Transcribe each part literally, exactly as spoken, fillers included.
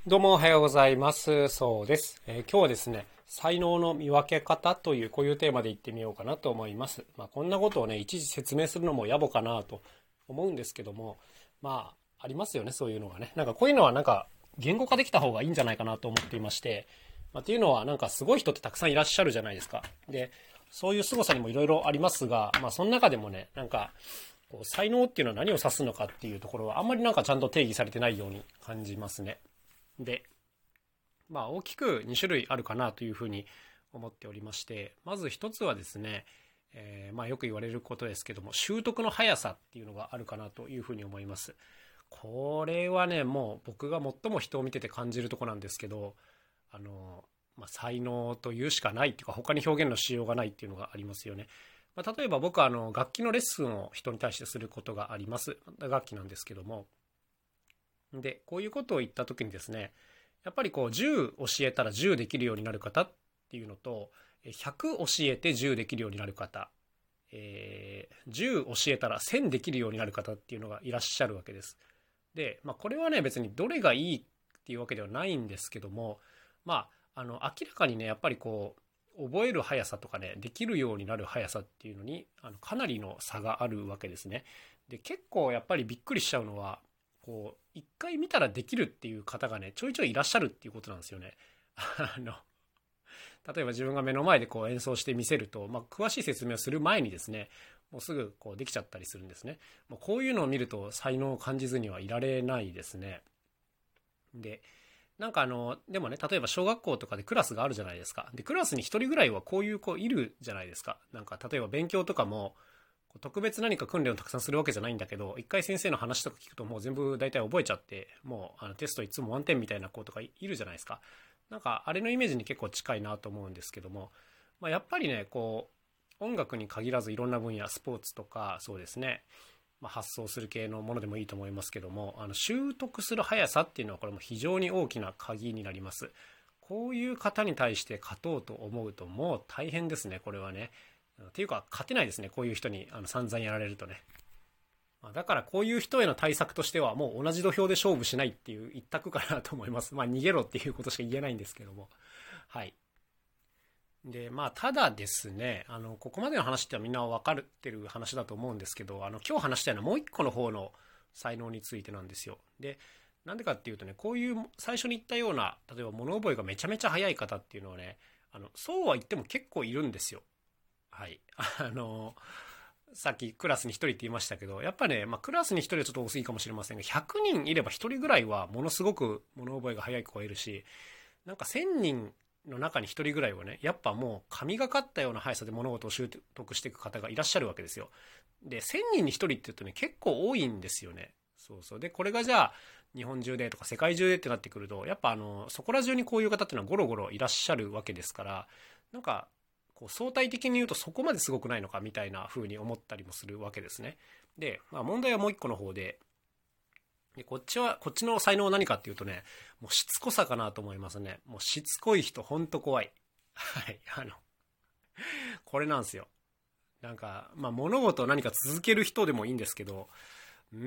どうもおはようございます。そうです。えー今日はですね、才能の見分け方というこういうテーマで言ってみようかなと思います。まあ、こんなことをね、いちいち説明するのも野暮かなと思うんですけども、まあ、ありますよね、そういうのがね。なんかこういうのはなんか言語化できた方がいいんじゃないかなと思っていまして、まあ、っていうのはなんかすごい人ってたくさんいらっしゃるじゃないですか。で、そういう凄さにもいろいろありますが、まあ、その中でもね、なんか、こう才能っていうのは何を指すのかっていうところはあんまりなんかちゃんと定義されてないように感じますね。で、まあ、大きくに種類あるかなというふうに思っておりまして、まず一つはですね、えーまあ、よく言われることですけども、習得の速さっていうのがあるかなというふうに思います。これはね、もう僕が最も人を見てて感じるとこなんですけど、あの、まあ、才能というしかないっていうか、他に表現のしようがないっていうのがありますよね。まあ、例えば僕はあの楽器のレッスンを人に対してすることがあります。打楽器なんですけども。で、こういうことを言った時にですね、やっぱりこうじゅう教えたらじゅうできるようになる方っていうのと、ひゃく教えてじゅうできるようになる方、えーじゅう教えたらせんできるようになる方っていうのがいらっしゃるわけです。で、まあ、これはね、別にどれがいいっていうわけではないんですけども、まあ、あの、明らかにね、やっぱりこう、覚える速さとかね、できるようになる速さっていうのに、あのかなりの差があるわけですね。で、結構やっぱりびっくりしちゃうのは、こう、一回見たらできるっていう方がね、ちょいちょいいらっしゃるっていうことなんですよね。あの、例えば自分が目の前でこう演奏してみせると、まあ、詳しい説明をする前にですね、もうすぐこうできちゃったりするんですね。もうこういうのを見ると才能を感じずにはいられないですね。で、なんかあの、でもね、例えば小学校とかでクラスがあるじゃないですか。で、クラスに一人ぐらいはこういう子いるじゃないですか。なんか例えば勉強とかも、特別何か訓練をたくさんするわけじゃないんだけど、一回先生の話とか聞くともう全部大体覚えちゃって、もうあのテストいつも満点みたいな子とかいるじゃないですか。なんかあれのイメージに結構近いなと思うんですけども、まあ、やっぱりね、こう、音楽に限らずいろんな分野、スポーツとか、そうですね、まあ、発想する系のものでもいいと思いますけども、あの習得する速さっていうのはこれも非常に大きな鍵になります。こういう方に対して勝とうと思うともう大変ですね、これはね。っていうか勝てないですね、こういう人にあの散々やられるとね。だからこういう人への対策としてはもう同じ土俵で勝負しないっていう一択かなと思います。まあ逃げろっていうことしか言えないんですけども。はい。で、まあただですね、あの、ここまでの話ってみんな分かってる話だと思うんですけど、あの、今日話したようなもう一個の方の才能についてなんですよ。で、なんでかっていうとね、こういう最初に言ったような、例えば物覚えがめちゃめちゃ早い方っていうのはね、あの、そうは言っても結構いるんですよ。はい。あの、さっきクラスにひとりって言いましたけど、やっぱね、まあ、クラスにひとりはちょっと多すぎかもしれませんが、ひゃくにんいればひとりぐらいはものすごく物覚えが早い子がいるし、なんかせんにんの中にひとりぐらいはね、やっぱもう神がかったような速さで物事を習得していく方がいらっしゃるわけですよ。で、せんにんにひとりって言うとね、結構多いんですよね。そうそう。で、これがじゃあ、日本中でとか世界中でってなってくると、やっぱあの、そこら中にこういう方っていうのはゴロゴロいらっしゃるわけですから、なんか、こう相対的に言うとそこまですごくないのかみたいな風に思ったりもするわけですね。で、まあ問題はもう一個の方で、でこっちは、こっちの才能は何かっていうとね、もうしつこさかなと思いますね。もうしつこい人ほんと怖い。はい。あの、これなんですよ。なんか、まあ物事を何か続ける人でもいいんですけど、うん、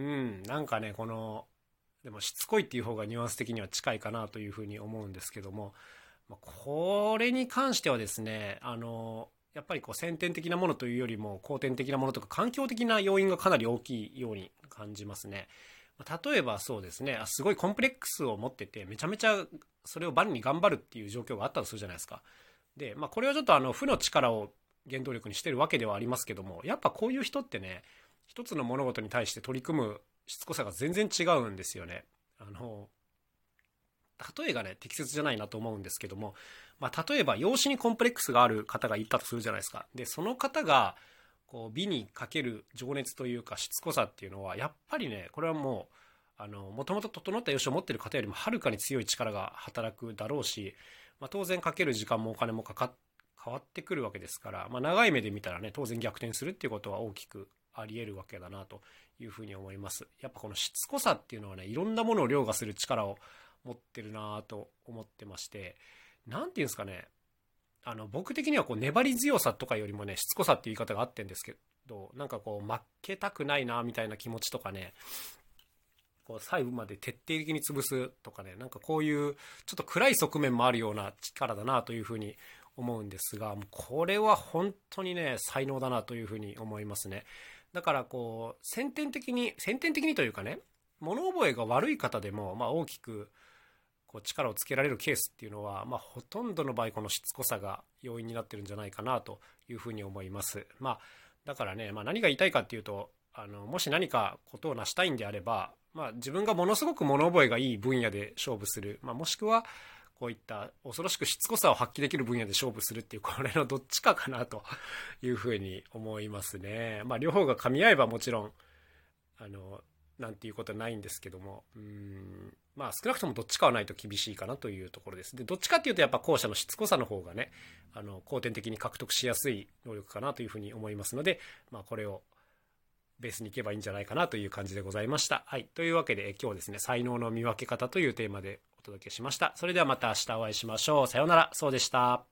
なんかね、この、でもしつこいっていう方がニュアンス的には近いかなというふうに思うんですけども、まあこれに関してはですね、あの、やっぱりこう先天的なものというよりも後天的なものとか環境的な要因がかなり大きいように感じますね。例えばそうですね、すごいコンプレックスを持っててめちゃめちゃそれをバネに頑張るっていう状況があったとするじゃないですか。で、まあ、これはちょっとあの負の力を原動力にしてるわけではありますけども、やっぱこういう人ってね、一つの物事に対して取り組むしつこさが全然違うんですよね。あの例えがね適切じゃないなと思うんですけども、まあ、例えば容姿にコンプレックスがある方がいたとするじゃないですか。でその方がこう美にかける情熱というかしつこさっていうのはやっぱりね、これはもうあのもともと整った容姿を持っている方よりもはるかに強い力が働くだろうし、まあ、当然かける時間もお金もかか変わってくるわけですから、まあ、長い目で見たらね当然逆転するっていうことは大きくあり得るわけだなというふうに思います。やっぱこのしつこさっていうのはね、いろんなものを凌駕する力を持ってるなと思ってまして、なんていうんですかね、あの僕的にはこう粘り強さとかよりもねしつこさっていう言い方があってんですけど、なんかこう負けたくないなみたいな気持ちとかね、 こう細部まで徹底的に潰すとかね、なんかこういうちょっと暗い側面もあるような力だなというふうに思うんですが、もうこれは本当にね才能だなというふうに思いますね。だからこう先天的に先天的にというかね、物覚えが悪い方でもまあ大きくこう力をつけられるケースっていうのは、まあ、ほとんどの場合このしつこさが要因になってるんじゃないかなというふうに思います。まあ、だからね、まあ、何が言いたいかっていうと、あのもし何かことを成したいんであれば、まあ、自分がものすごく物覚えがいい分野で勝負する、まあ、もしくはこういった恐ろしくしつこさを発揮できる分野で勝負するっていう、これのどっちかかなというふうに思いますね。まあ、両方が噛み合えばもちろんあのなんていうことはないんですけども、うーんまあ少なくともどっちかはないと厳しいかなというところです。でどっちかっていうとやっぱ後者のしつこさの方がね、あの後天的に獲得しやすい能力かなというふうに思いますので、まあ、これをベースにいけばいいんじゃないかなという感じでございました。はい、というわけで今日はですね、才能の見分け方というテーマでお届けしました。それではまた明日お会いしましょう。さようなら。そうでした。